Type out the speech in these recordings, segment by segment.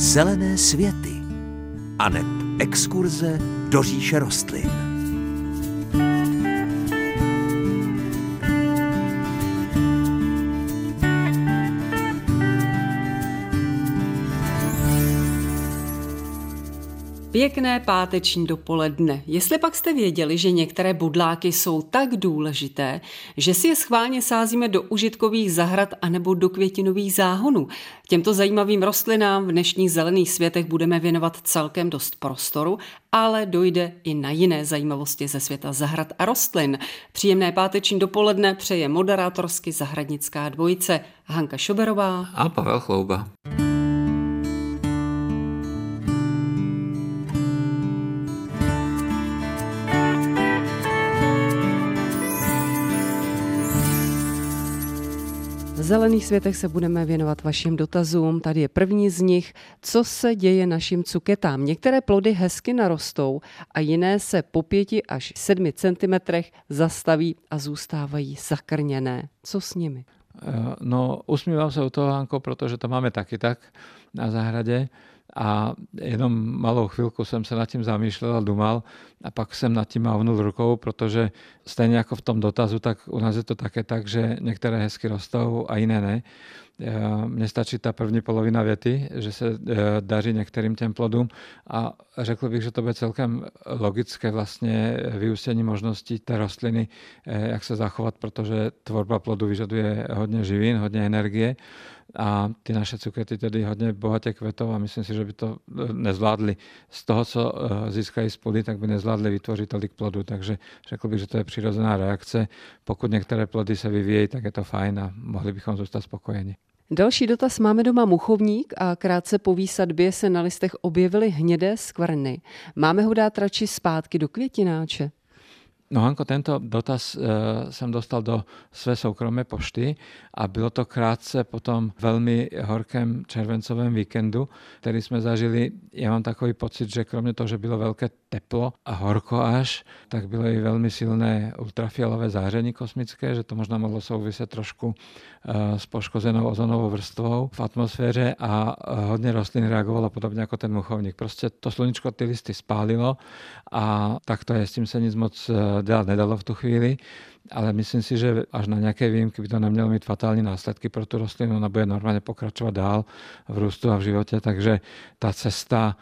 Zelené světy aneb exkurze do říše rostlin. Pěkné páteční dopoledne. Jestli pak jste věděli, že některé budláky jsou tak důležité, že si je schválně sázíme do užitkových zahrad anebo do květinových záhonů. Těmto zajímavým rostlinám v dnešních zelených světech budeme věnovat celkem dost prostoru, ale dojde i na jiné zajímavosti ze světa zahrad a rostlin. Příjemné páteční dopoledne přeje moderátorsky zahradnická dvojice Hanka Šoberová a Pavel Chlouba. V zelených světech se budeme věnovat vašim dotazům. Tady je první z nich. Co se děje našim cuketám? Některé plody hezky narostou a jiné se po 5 až 7 centimetrech zastaví a zůstávají zakrněné. Co s nimi? No, usmívam sa u toho, Hanko, protože to máme taky tak na zahradě. A jenom malou chvíľku jsem se nad tím zamýšlel a dumal a pak jsem nad tím mávnul rukou, protože stejně jako v tom dotazu, tak u nás je to také tak, že některé hezky rostou a jiné ne. Mne stačí ta první polovina věty, že se daří některým těm plodům a řekl bych, že to bude celkem logické vlastně vyústení možností té rostliny, jak se zachovat, protože tvorba plodu vyžaduje hodně živín, hodně energie a ty naše cukety tedy hodně bohatě kvetou a myslím si, že by to nezvládli. Z toho, co získají z půdy, tak by nezvládli vytvořit tolik plodu, takže řekl bych, že to je přirozená reakce. Pokud některé plody se vyvíjejí, tak je to fajn a mohli bychom zůstat spokojeni. Další dotaz. Máme doma muchovník a krátce po výsadbě se na listech objevily hnědé skvrny. Máme ho dát radši zpátky do květináče? No Hanko, tento dotaz jsem dostal do své soukromé pošty a bylo to krátce po tom velmi horkém červencovém víkendu, který jsme zažili. Já mám takový pocit, že kromě toho, že bylo velké teplo a horko až, tak bylo i velmi silné ultrafialové záření kosmické, že to možná mohlo souviset trošku s poškozenou ozonovou vrstvou v atmosféře a hodně rostlin reagovalo podobně jako ten muchovník. Prostě to sluníčko ty listy spálilo a tak to je, s tím se nic moc dělat nedalo v tu chvíli, ale myslím si, že až na nějaké výjimky by to nemělo mít fatální následky pro tu rostlinu, ona bude normálně pokračovat dál v růstu a v životě, takže ta cesta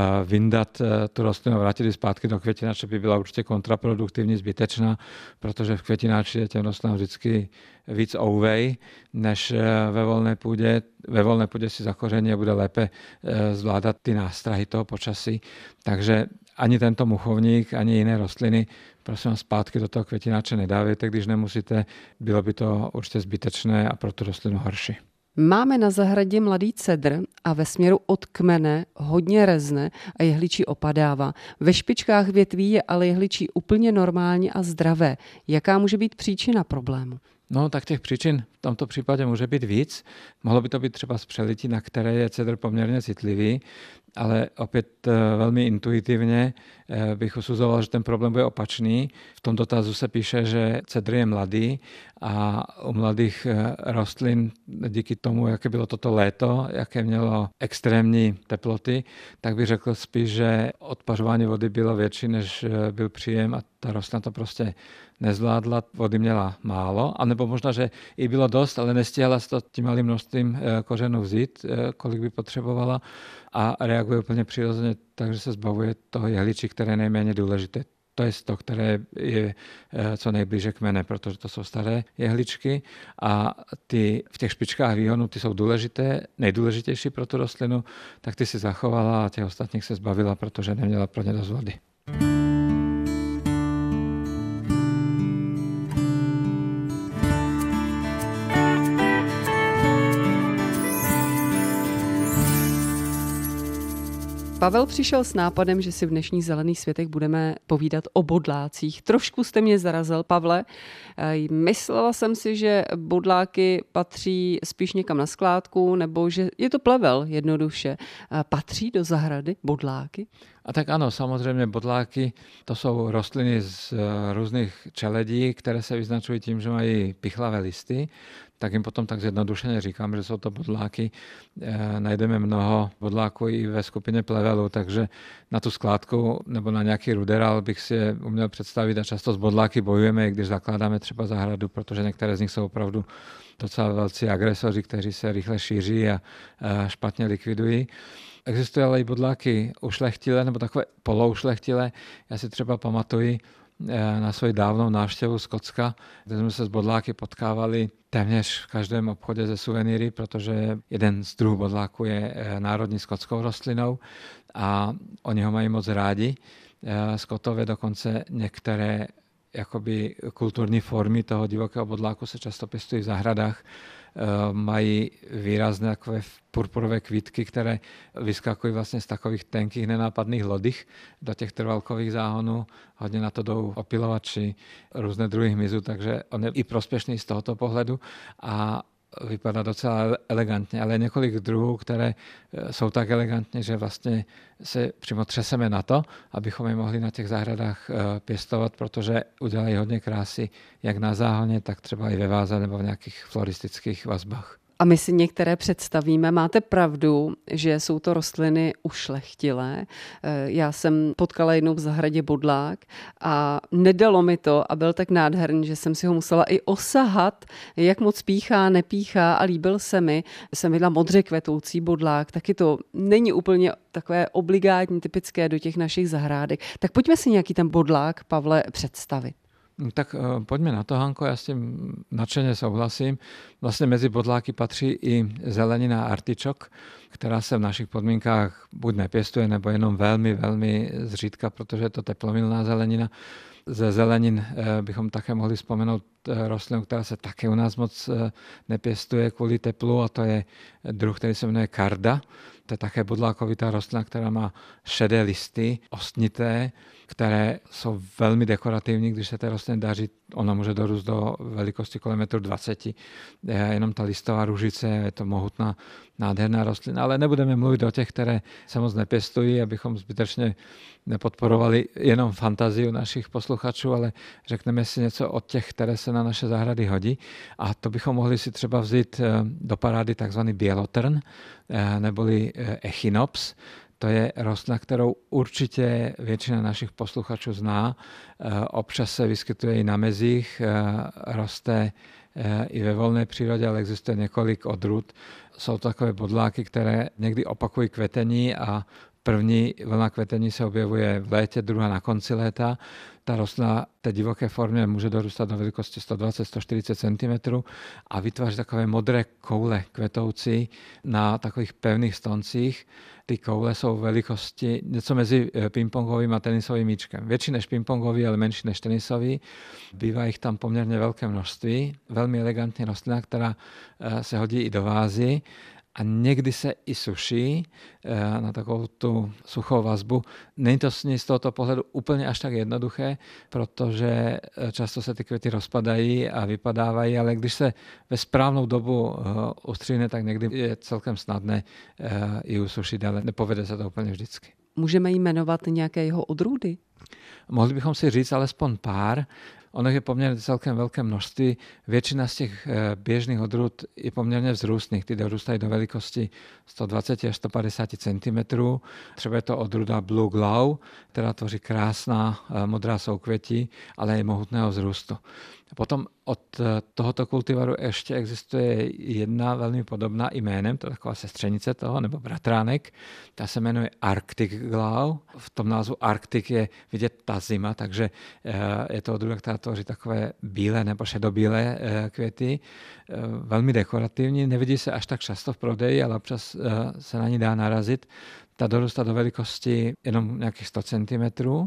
vyndat tu rostlinu a vrátit ji zpátky do květináče by byla určitě kontraproduktivní, zbytečná, protože v květináči je těm rostlinám vždycky víc ouvej, než ve volné půdě. Ve volné půdě si zakoření a bude lépe zvládat ty nástrahy toho počasí, takže ani tento muchovník, ani jiné rostliny, prosím vás, zpátky do toho květináče nedávejte, když nemusíte, bylo by to určitě zbytečné a pro tu rostlinu horší. Máme na zahradě mladý cedr a ve směru od kmene hodně rezne a jehličí opadává. Ve špičkách větví je ale jehličí úplně normální a zdravé. Jaká může být příčina problému? No, tak těch příčin v tomto případě může být víc. Mohlo by to být třeba z přelití, na které je cedr poměrně citlivý, ale opět velmi intuitivně bych usuzoval, že ten problém bude opačný. V tom dotazu se píše, že cedr je mladý a u mladých rostlin díky tomu, jaké bylo toto léto, jaké mělo extrémní teploty, tak bych řekl spíš, že odpařování vody bylo větší, než byl příjem a ta rostlina to prostě nezvládla, vody měla málo, anebo možná, že i bylo dost, ale nestihala se to tím malým množstvím kořenů vzít, kolik by potřebovala a reaguje úplně přirozeně, takže se zbavuje toho jehličí, které je nejméně důležité. To je to, které je co nejblíže kmene, protože to jsou staré jehličky a ty v těch špičkách výhonu, ty jsou důležité, nejdůležitější pro tu rostlinu, tak ty si zachovala a těch ostatních se zbavila, protože neměla pro ně dost vody. Pavel přišel s nápadem, že si v dnešních zelených světech budeme povídat o bodlácích. Trošku jste mě zarazil, Pavle. Myslela jsem si, že bodláky patří spíš někam na skládku, nebo že je to plevel jednoduše. Patří do zahrady bodláky? A tak ano, samozřejmě bodláky, to jsou rostliny z různých čeledí, které se vyznačují tím, že mají pichlavé listy. Tak jim potom tak zjednodušeně říkám, že jsou to bodláky. Najdeme mnoho bodláků i ve skupině plevelů, takže na tu skládku nebo na nějaký ruderal bych si je uměl představit a často s bodláky bojujeme, i když zakládáme třeba zahradu, protože některé z nich jsou opravdu docela velcí agresoři, kteří se rychle šíří a špatně likvidují. Existují ale i bodláky ušlechtilé nebo takové poloušlechtilé. Já si třeba pamatuji na svoji dávnou návštěvu Skotska, kde jsme se s bodláky potkávali téměř v každém obchodě ze suvenýry, protože jeden z druhů bodláku je národní skotskou rostlinou a oni ho mají moc rádi. Skotové dokonce některé jakoby kulturní formy toho divokého bodláku se často pěstují v zahradách. Mají výrazné takové purpurové kvítky, které vyskakují vlastně z takových tenkých nenápadných lodých do těch trvalkových záhonů. Hodně na to jdou opilovači, různé druhy hmyzu, takže on je i prospěšný z tohoto pohledu a vypadá docela elegantně, ale několik druhů, které jsou tak elegantně, že vlastně se přímo třeseme na to, abychom je mohli na těch zahradách pěstovat, protože udělají hodně krásy jak na záhoně, tak třeba i ve váze nebo v nějakých floristických vazbách. A my si některé představíme. Máte pravdu, že jsou to rostliny ušlechtilé. Já jsem potkala jednou v zahradě bodlák a nedalo mi to a byl tak nádherný, že jsem si ho musela i osahat, jak moc píchá, nepíchá a líbil se mi. Jsem viděla modře kvetoucí bodlák, taky to není úplně takové obligátní, typické do těch našich zahrádek. Tak pojďme si nějaký ten bodlák, Pavle, představit. Tak pojďme na to, Hanko, já s tím nadšeně souhlasím. Vlastně mezi bodláky patří i zelenina artičok, která se v našich podmínkách buď nepěstuje, nebo jenom velmi, velmi zřídka, protože je to teplomilná zelenina. Ze zelenin bychom také mohli vzpomenout rostlinu, která se také u nás moc nepěstuje kvůli teplu, a to je druh, který se jmenuje karda. To je také bodlákovitá rostlina, která má šedé listy, ostnité, které jsou velmi dekorativní, když se té rostlině daří. Ona může dorůst do velikosti kolem 1,20 m. Jenom ta listová růžice, je to mohutná, nádherná rostlina, ale nebudeme mluvit o těch, které se moc nepěstují, abychom zbytečně nepodporovali jenom fantazii našich posluchačů, ale řekneme si něco od těch, které se na naše zahrady hodí. A to bychom mohli si třeba vzít do parády takzvaný bělotrn, neboli echinops. To je rostlina, kterou určitě většina našich posluchačů zná. Občas se vyskytuje i na mezích, roste i ve volné přírodě, ale existuje několik odrůd. Jsou to takové bodláky, které někdy opakují kvetení a první vlna kvetení se objevuje v létě, druhá na konci léta. Ta rostlina v té divoké formě může dorůstat do velikosti 120-140 cm a vytváří takové modré koule kvetoucí na takových pevných stoncích. Ty koule jsou velikosti něco mezi pingpongovým a tenisovým míčkem. Větší než pingpongový, ale menší než tenisový. Bývá jich tam poměrně velké množství. Velmi elegantní rostlina, která se hodí i do vázy. A někdy se i suší na takovou tu suchou vazbu. Není to s ní z tohoto pohledu úplně až tak jednoduché, protože často se ty květy rozpadají a vypadávají, ale když se ve správnou dobu ustříhne, tak někdy je celkem snadné ji usušit, ale nepovede se to úplně vždycky. Můžeme jmenovat nějaké jeho odrůdy? Mohli bychom si říct alespoň pár. Ono je poměrně celkem velké množství. Většina z těch běžných odrůd je poměrně vzrůstných. Ty dorůstají do velikosti 120 až 150 cm. Třeba je to odrůda Blue Glow, která tvoří krásná modrá soukvětí, ale je mohutného vzrůstu. Potom od tohoto kultivaru ještě existuje jedna velmi podobná jménem, to je taková sestřenice toho, nebo bratránek. Ta se jmenuje Arctic Glow. V tom názvu Arctic je vidět ta zima, takže je to odrůda, která tvoří takové bílé nebo šedobílé květy. Velmi dekorativní, nevidí se až tak často v prodeji, ale občas se na ní dá narazit. Ta dorůstá do velikosti jenom nějakých 100 cm.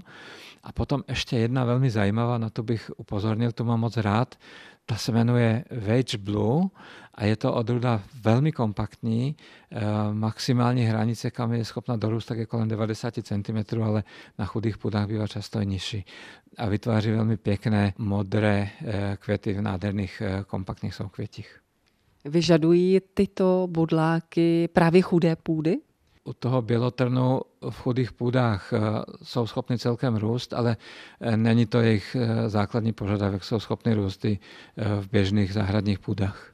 A potom ještě jedna velmi zajímavá, na to bych upozornil, tu mám moc rád. Ta se jmenuje Vage Blue a je to odrůda velmi kompaktní. Maximální hranice, kam je schopna dorůstat, je kolem 90 cm, ale na chudých půdách bývá často i nižší. A vytváří velmi pěkné modré květy v nádherných kompaktních soukvětích. Vyžadují tyto bodláky právě chudé půdy? u toho bělotrnu v chudých půdách jsou schopni celkem růst, ale není to jejich základní požadavek, jsou schopni růst i v běžných zahradních půdách.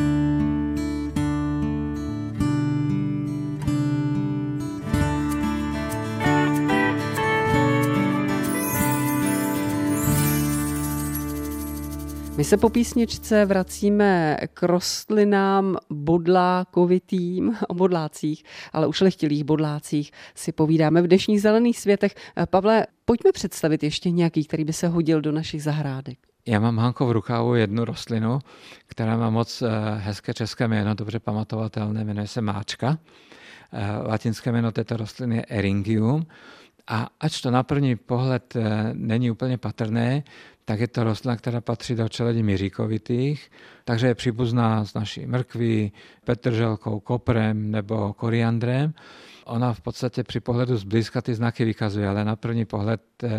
My se po písničce vracíme k rostlinám bodlákovitým, o bodlácích, ale ušlechtilých bodlácích si povídáme v dnešních zelených světech. Pavle, pojďme představit ještě nějaký, který by se hodil do našich zahrádek. Já mám, Hanko, v rukávu jednu rostlinu, která má moc hezké české jméno, dobře pamatovatelné, jmenuje se máčka. Latinské jméno této rostliny je Eryngium. A ač to na první pohled není úplně patrné, tak je to rostlina, která patří do čeledi miříkovitých, takže je příbuzná s naší mrkví, petrželkou, koprem nebo koriandrem. Ona v podstatě při pohledu zblízka ty znaky vykazuje, ale na první pohled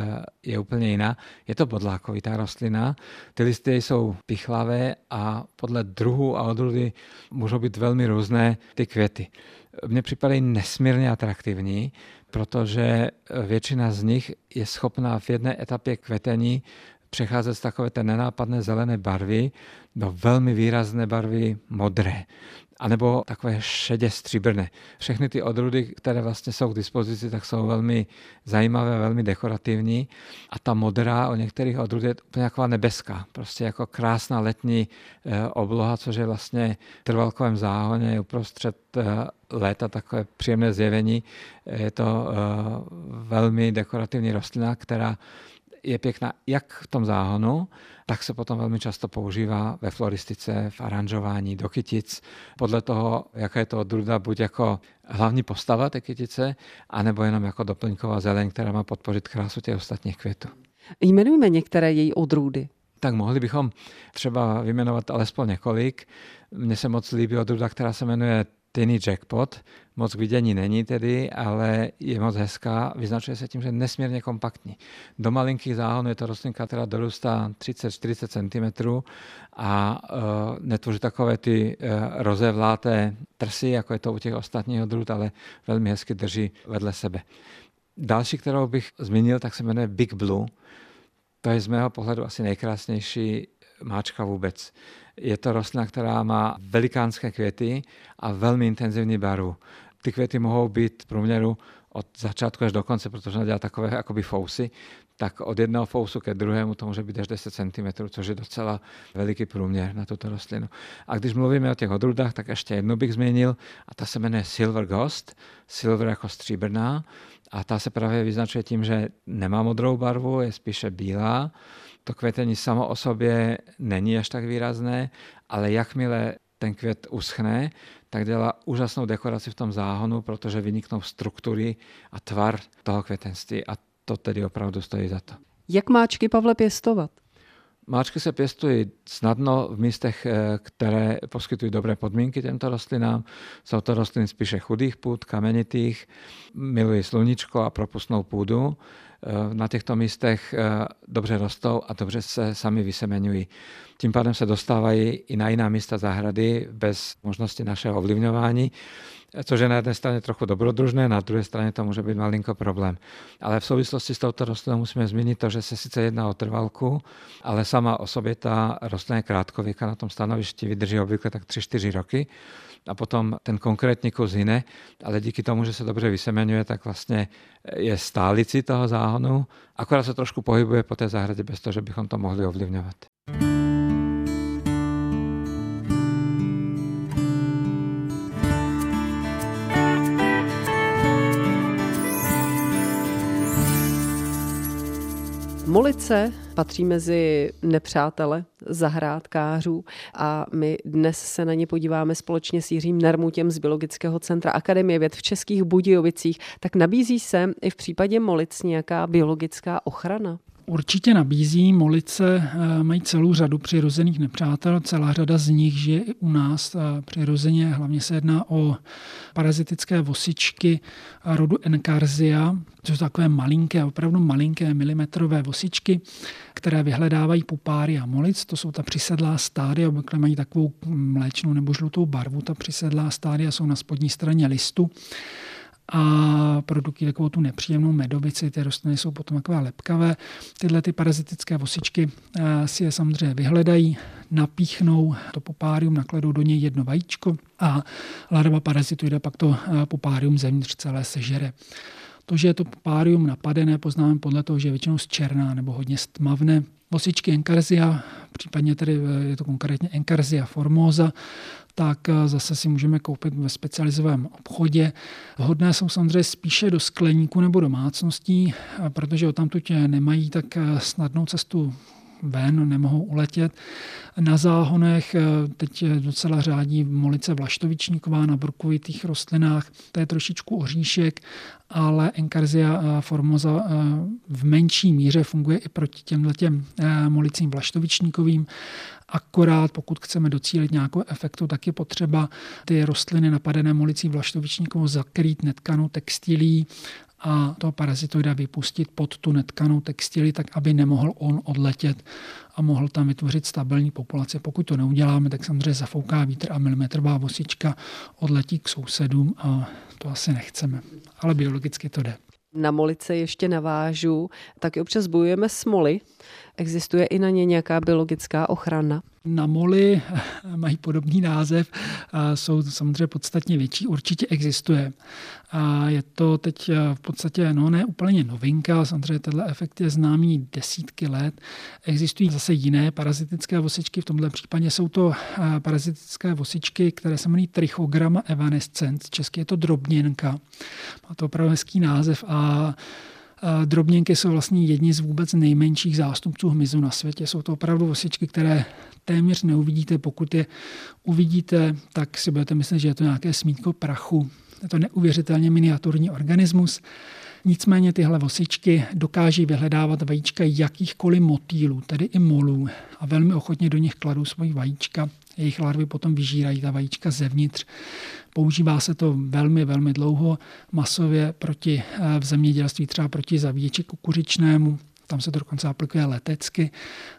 je úplně jiná. Je to bodlákovitá rostlina, ty listy jsou pichlavé a podle druhu a odrůdy můžou být velmi různé ty květy. Mně připadají nesmírně atraktivní, protože většina z nich je schopná v jedné etapě kvetení přecházet z takové té nenápadné zelené barvy do velmi výrazné barvy modré, anebo takové šedě stříbrné. Všechny ty odrůdy, které vlastně jsou k dispozici, tak jsou velmi zajímavé, velmi dekorativní a ta modrá o některých odrůd je úplně taková nebeská, prostě jako krásná letní obloha, což je vlastně v trvalkovém záhoně uprostřed léta takové příjemné zjevení. Je to velmi dekorativní rostlina, která je pěkná jak v tom záhonu, tak se potom velmi často používá ve floristice, v aranžování do kytic, podle toho, jaká je to odrůda, buď jako hlavní postava té kytice, anebo jenom jako doplňková zeleň, která má podpořit krásu těch ostatních květů. Jmenujme některé její odrůdy. Tak mohli bychom třeba vyjmenovat alespoň několik. Mně se moc líbí odrůda, která se jmenuje Tiny Jackpot. Moc k vidění není tedy, ale je moc hezká. Vyznačuje se tím, že je nesmírně kompaktní. Do malinkých záhonů je to rostlinka, která dorůstá 30-40 cm a netvoří takové ty rozevláté trsy, jako je to u těch ostatních odrůd, ale velmi hezky drží vedle sebe. Další, kterou bych zmínil, tak se jmenuje Big Blue. To je z mého pohledu asi nejkrásnější máčka vůbec. Je to rostlina, která má velikánské květy a velmi intenzivní barvu. Ty květy mohou být v průměru od začátku až do konce, protože ona dělá takové jakoby fousy, tak od jednoho fousu ke druhému to může být až 10 cm, což je docela veliký průměr na tuto rostlinu. A když mluvíme o těch odrůdách, tak ještě jednu bych zmínil a ta se jmenuje Silver Ghost, silver jako stříbrná a ta se právě vyznačuje tím, že nemá modrou barvu, je spíše bílá. To květení samo o sobě není až tak výrazné, ale jakmile ten květ uschne, tak dělá úžasnou dekoraci v tom záhonu, protože vyniknou struktury a tvar toho květenství a to tedy opravdu stojí za to. Jak máčky, Pavle, pěstovat? Máčky se pěstují snadno v místech, které poskytují dobré podmínky těmto rostlinám. Jsou to rostliny spíše chudých půd, kamenitých, milují sluníčko a propustnou půdu. Na těchto místech dobře rostou a dobře se sami vysemeňují. Tím pádem se dostávají i na jiná místa zahrady bez možnosti našeho ovlivňování, což je na jedné straně trochu dobrodružné, na druhé straně to může být malinko problém. Ale v souvislosti s touto rostlinou musíme zmínit to, že se sice jedná o trvalku, ale sama o sobě ta rostlina je krátkověká, na tom stanovišti vydrží obvykle tak 3-4 roky a potom ten konkrétní kus hyne, ale díky tomu, že se dobře vysemeňuje, tak vlastně je stálicí toho záhonu, akorát se trošku pohybuje po té zahradě bez toho, že bychom to mohli ovlivňovat. Molice patří mezi nepřátele zahrádkářů a my dnes se na ně podíváme společně s Jiřím Nermutěm z Biologického centra Akademie věd v Českých Budějovicích. Tak nabízí se i v případě molic nějaká biologická ochrana? Určitě nabízí. Molice mají celou řadu přirozených nepřátel. Celá řada z nich žije i u nás přirozeně. Hlavně se jedná o parazitické vosičky rodu Encarsia, což jsou takové malinké, opravdu malinké milimetrové vosičky, které vyhledávají pupáry a molic. To jsou ta přisedlá stádia, obvykle mají takovou mléčnou nebo žlutou barvu. Ta přisedlá stádia jsou na spodní straně listu. a produkují takovou tu nepříjemnou medovici. Ty rostliny jsou potom takové lepkavé. Tyhle ty parazitické vosičky si je samozřejmě vyhledají, napíchnou to popárium, nakladou do něj jedno vajíčko a larva parazitoida pak to popárium zevnitř celé sežere. To, že je to popárium napadené, poznáme podle toho, že je většinou zčerná nebo hodně stmavné. Vosičky Encarsia, případně tedy je to konkrétně Encarsia formosa, tak zase si můžeme koupit ve specializovaném obchodě. Vhodné jsou samozřejmě spíše do skleníku nebo domácností, protože odtamtud nemají tak snadnou cestu ven, nemohou uletět. Na záhonech teď docela řádí molice vlaštovičníková na brukovitých rostlinách. To je trošičku oříšek, ale Encarsia formosa v menší míře funguje i proti těmhletěm molicím vlaštovičníkovým. Akorát pokud chceme docílit nějakého efektu, tak je potřeba ty rostliny napadené molicí vlaštovičníkovou zakrýt netkanou textilí a toho parazitoida vypustit pod tu netkanou textilii, tak aby nemohl on odletět a mohl tam vytvořit stabilní populaci. Pokud to neuděláme, tak samozřejmě zafouká vítr a milimetrová vosička odletí k sousedům a to asi nechceme. Ale biologicky to jde. Na molice ještě navážu, taky občas bojujeme s moly. Existuje i na ně nějaká biologická ochrana? Na moly mají podobný název, jsou samozřejmě podstatně větší, určitě existuje. A je to teď v podstatě ne úplně novinka, samozřejmě tenhle efekt je známý desítky let. Existují zase jiné parazitické vosičky, v tomhle případě jsou to parazitické vosičky, které se jmenují Trichogramma evanescens, česky je to drobněnka. Má to opravdu hezký název a drobněnky jsou vlastně jedni z vůbec nejmenších zástupců hmyzu na světě. Jsou to opravdu vosičky, které téměř neuvidíte. Pokud je uvidíte, tak si budete myslet, že je to nějaké smítko prachu. Je to neuvěřitelně miniaturní organismus. Nicméně tyhle vosičky dokáží vyhledávat vajíčka jakýchkoliv motýlů, tedy i molů, a velmi ochotně do nich kladou svoji vajíčka. Jejich larvy potom vyžírají ta vajíčka zevnitř. Používá se to velmi, velmi dlouho masově v zemědělství, třeba proti zavíječi kukuřičnému. Tam se to dokonce aplikuje letecky,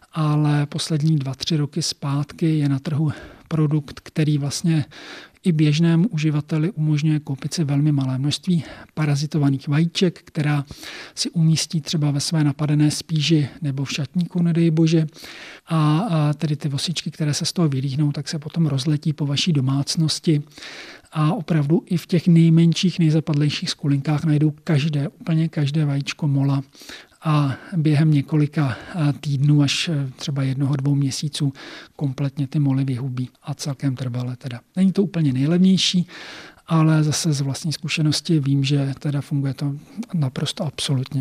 ale poslední 2-3 roky zpátky je na trhu produkt, který vlastně i běžnému uživateli umožňuje koupit si velmi malé množství parazitovaných vajíček, která si umístí třeba ve své napadené spíži nebo v šatníku, nedej bože. A tedy ty vosičky, které se z toho vylíhnou, tak se potom rozletí po vaší domácnosti. A opravdu i v těch nejmenších, nejzapadlejších skulinkách najdou úplně každé vajíčko mola. A během několika týdnů až třeba 1-2 měsíců kompletně ty moly vyhubí a celkem trvale teda. Není to úplně nejlevnější, ale zase z vlastní zkušenosti vím, že teda funguje to naprosto absolutně.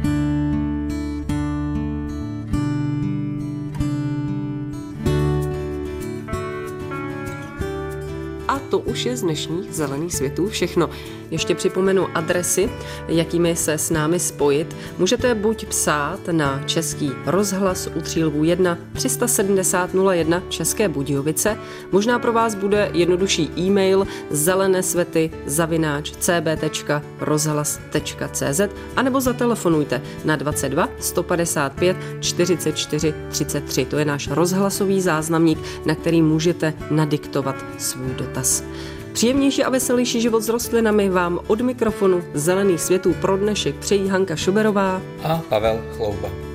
A to už je z dnešních Zelených světů všechno. Ještě připomenu adresy, jakými se s námi spojit. Můžete buď psát na Český rozhlas u Třílvů 1 370 01 České Budějovice. Možná pro vás bude jednodušší e-mail zelenesvety@cb.rozhlas.cz anebo zatelefonujte na 22 155 44 33. To je náš rozhlasový záznamník, na který můžete nadiktovat svůj dotaz. Příjemnější a veselější život s rostlinami vám od mikrofonu Zelených světů pro dnešek přejí Hanka Šoberová a Pavel Chlouba.